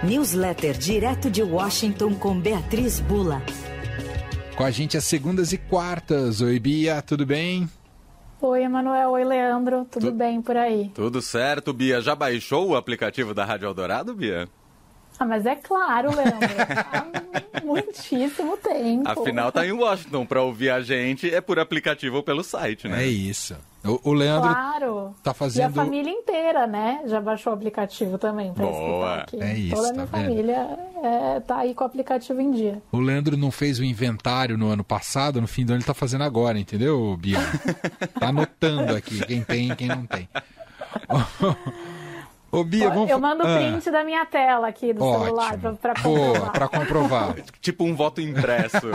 Newsletter direto de Washington com Beatriz Bula. Com a gente às segundas e quartas. Oi, Bia, tudo bem? Oi, Emanuel. Oi, Leandro. Tudo bem por aí? Tudo certo, Bia. Já baixou o aplicativo da Rádio Eldorado, Bia? Ah, mas é claro, Leandro. Há muitíssimo tempo. Afinal, tá em Washington. Para ouvir a gente é por aplicativo ou pelo site, né? É isso. O Leandro tá fazendo... E a família inteira, né? Já baixou o aplicativo também para escutar aqui. É isso, Toda a minha família tá aí com o aplicativo em dia. O Leandro não fez o inventário no ano passado, no fim do ano ele tá fazendo agora, entendeu, Bia? Tá anotando aqui quem tem e quem não tem. Ô, Bia, eu mando print da minha tela aqui do celular para comprovar. Boa, para comprovar. Tipo um voto impresso.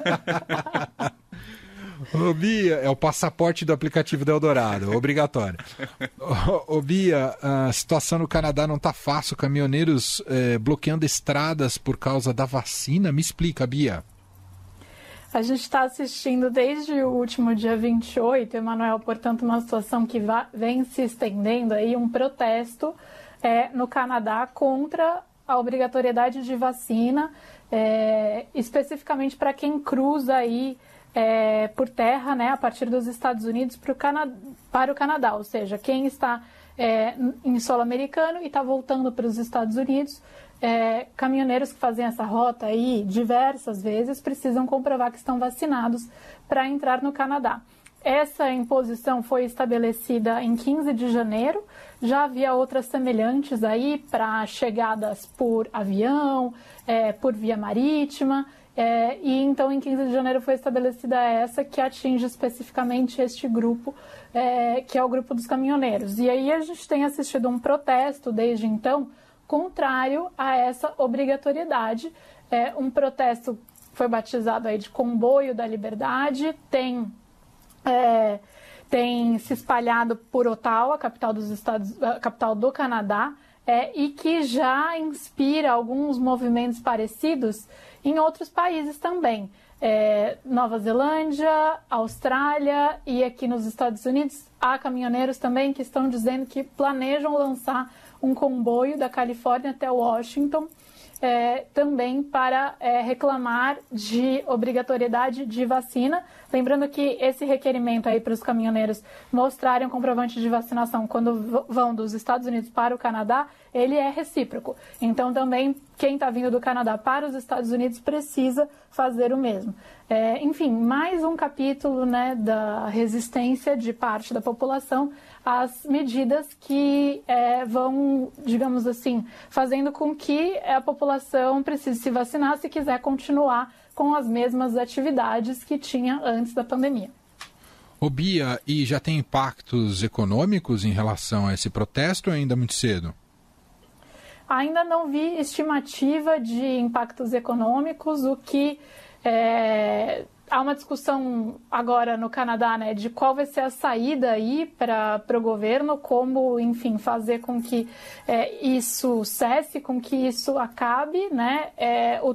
Ô, Bia, é o passaporte do aplicativo da Eldorado, obrigatório. Ô, Bia, a situação no Canadá não tá fácil, caminhoneiros bloqueando estradas por causa da vacina. Me explica, Bia. A gente está assistindo desde o último dia 28, Emanuel, portanto, uma situação que vem se estendendo aí, um protesto no Canadá contra a obrigatoriedade de vacina, especificamente para quem cruza aí por terra, né, a partir dos Estados Unidos para o Canadá, ou seja, quem está em solo americano e está voltando para os Estados Unidos, caminhoneiros que fazem essa rota aí diversas vezes precisam comprovar que estão vacinados para entrar no Canadá. Essa imposição foi estabelecida em 15 de janeiro, já havia outras semelhantes aí para chegadas por avião, por via marítima, e então em 15 de janeiro foi estabelecida essa que atinge especificamente este grupo, que é o grupo dos caminhoneiros. E aí a gente tem assistido um protesto desde então, contrário a essa obrigatoriedade. Um protesto foi batizado aí de Comboio da Liberdade, tem se espalhado por Ottawa, capital do Canadá, e que já inspira alguns movimentos parecidos em outros países também. Nova Zelândia, Austrália e aqui nos Estados Unidos há caminhoneiros também que estão dizendo que planejam lançar um comboio da Califórnia até Washington, também para reclamar de obrigatoriedade de vacina. Lembrando que esse requerimento aí para os caminhoneiros mostrarem um comprovante de vacinação quando vão dos Estados Unidos para o Canadá, ele é recíproco. Então também quem está vindo do Canadá para os Estados Unidos precisa fazer o mesmo. Enfim, mais um capítulo, né, da resistência de parte da população às medidas que vão, digamos assim, fazendo com que a população precise se vacinar se quiser continuar com as mesmas atividades que tinha antes da pandemia. Ô, Bia, e já tem impactos econômicos em relação a esse protesto ou ainda muito cedo? Ainda não vi estimativa de impactos econômicos, o que há uma discussão agora no Canadá, né, de qual vai ser a saída aí para o governo, como, enfim, fazer com que isso cesse, com que isso acabe, né? O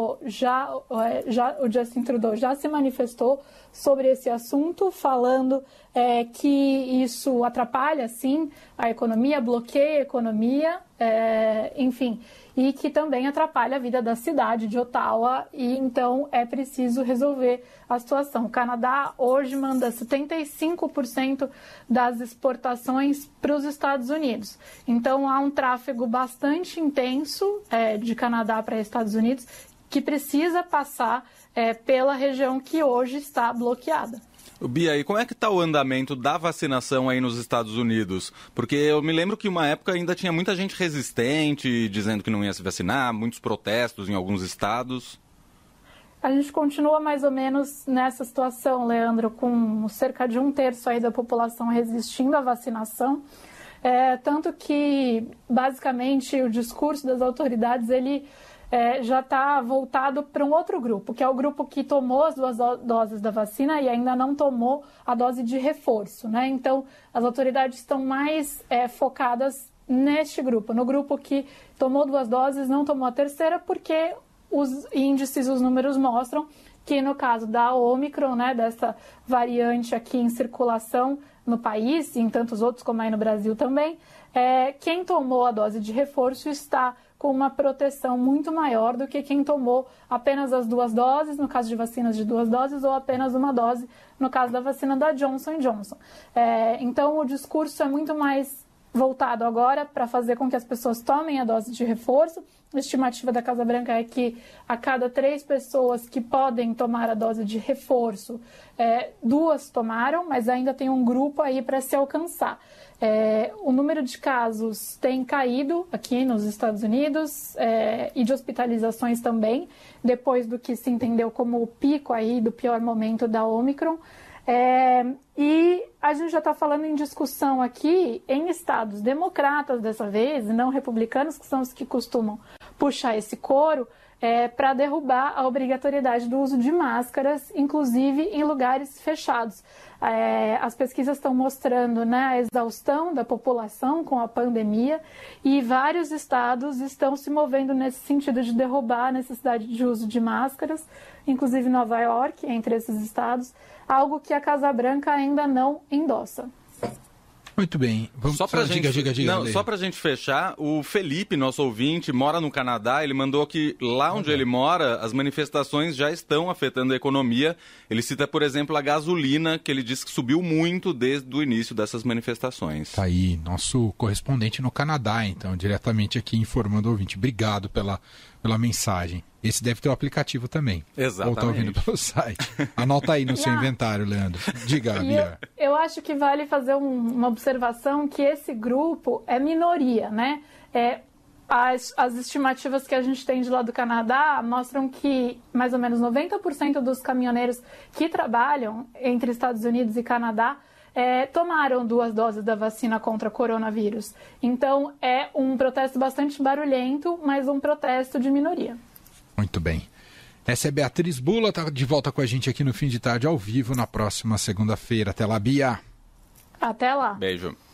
Justin Trudeau já se manifestou sobre esse assunto, falando que isso atrapalha, sim, a economia, bloqueia a economia, enfim, e que também atrapalha a vida da cidade de Ottawa, e então é preciso resolver a situação. O Canadá hoje manda 75% das exportações para os Estados Unidos. Então há um tráfego bastante intenso de Canadá para Estados Unidos que precisa passar pela região que hoje está bloqueada. Bia, e como é que está o andamento da vacinação aí nos Estados Unidos? Porque eu me lembro que uma época ainda tinha muita gente resistente, dizendo que não ia se vacinar, muitos protestos em alguns estados. A gente continua mais ou menos nessa situação, Leandro, com cerca de 1/3 aí da população resistindo à vacinação. Tanto que, basicamente, o discurso das autoridades, ele já está voltado para um outro grupo, que é o grupo que tomou as 2 doses da vacina e ainda não tomou a dose de reforço, né? Então, as autoridades estão mais focadas neste grupo, no grupo que tomou 2 doses, não tomou a terceira, porque os índices, os números mostram que no caso da Ômicron, né, dessa variante aqui em circulação no país e em tantos outros como aí no Brasil também, quem tomou a dose de reforço está com uma proteção muito maior do que quem tomou apenas as 2 doses, no caso de vacinas de 2 doses, ou apenas 1 dose, no caso da vacina da Johnson & Johnson. Então, o discurso é muito mais voltado agora para fazer com que as pessoas tomem a dose de reforço. A estimativa da Casa Branca é que a cada 3 pessoas que podem tomar a dose de reforço, 2 tomaram, mas ainda tem um grupo aí para se alcançar. O número de casos tem caído aqui nos Estados Unidos e de hospitalizações também, depois do que se entendeu como o pico aí do pior momento da Omicron. E a gente já está falando em discussão aqui em estados democratas dessa vez, e não republicanos, que são os que costumam puxar esse coro, para derrubar a obrigatoriedade do uso de máscaras, inclusive em lugares fechados. As pesquisas estão mostrando, né, a exaustão da população com a pandemia, e vários estados estão se movendo nesse sentido de derrubar a necessidade de uso de máscaras, inclusive Nova York, entre esses estados, algo que a Casa Branca ainda não endossa. Muito bem. Vamos só pra gente, diga. Só pra gente fechar, o Felipe, nosso ouvinte, mora no Canadá. Ele mandou que lá onde ele mora, as manifestações já estão afetando a economia. Ele cita, por exemplo, a gasolina, que ele diz que subiu muito desde o início dessas manifestações. Tá aí, nosso correspondente no Canadá, então, diretamente aqui informando o ouvinte. Obrigado pela mensagem. Esse deve ter o aplicativo também. Exatamente. Ou tá ouvindo pelo site. Anota aí no seu inventário, Leandro. Diga, Bia. Eu acho que vale fazer uma observação que esse grupo é minoria, né? As estimativas que a gente tem de lá do Canadá mostram que mais ou menos 90% dos caminhoneiros que trabalham entre Estados Unidos e Canadá tomaram 2 doses da vacina contra coronavírus. Então, é um protesto bastante barulhento, mas um protesto de minoria. Muito bem. Essa é Beatriz Bula, está de volta com a gente aqui no Fim de Tarde ao vivo na próxima segunda-feira. Até lá, Bia. Até lá. Beijo.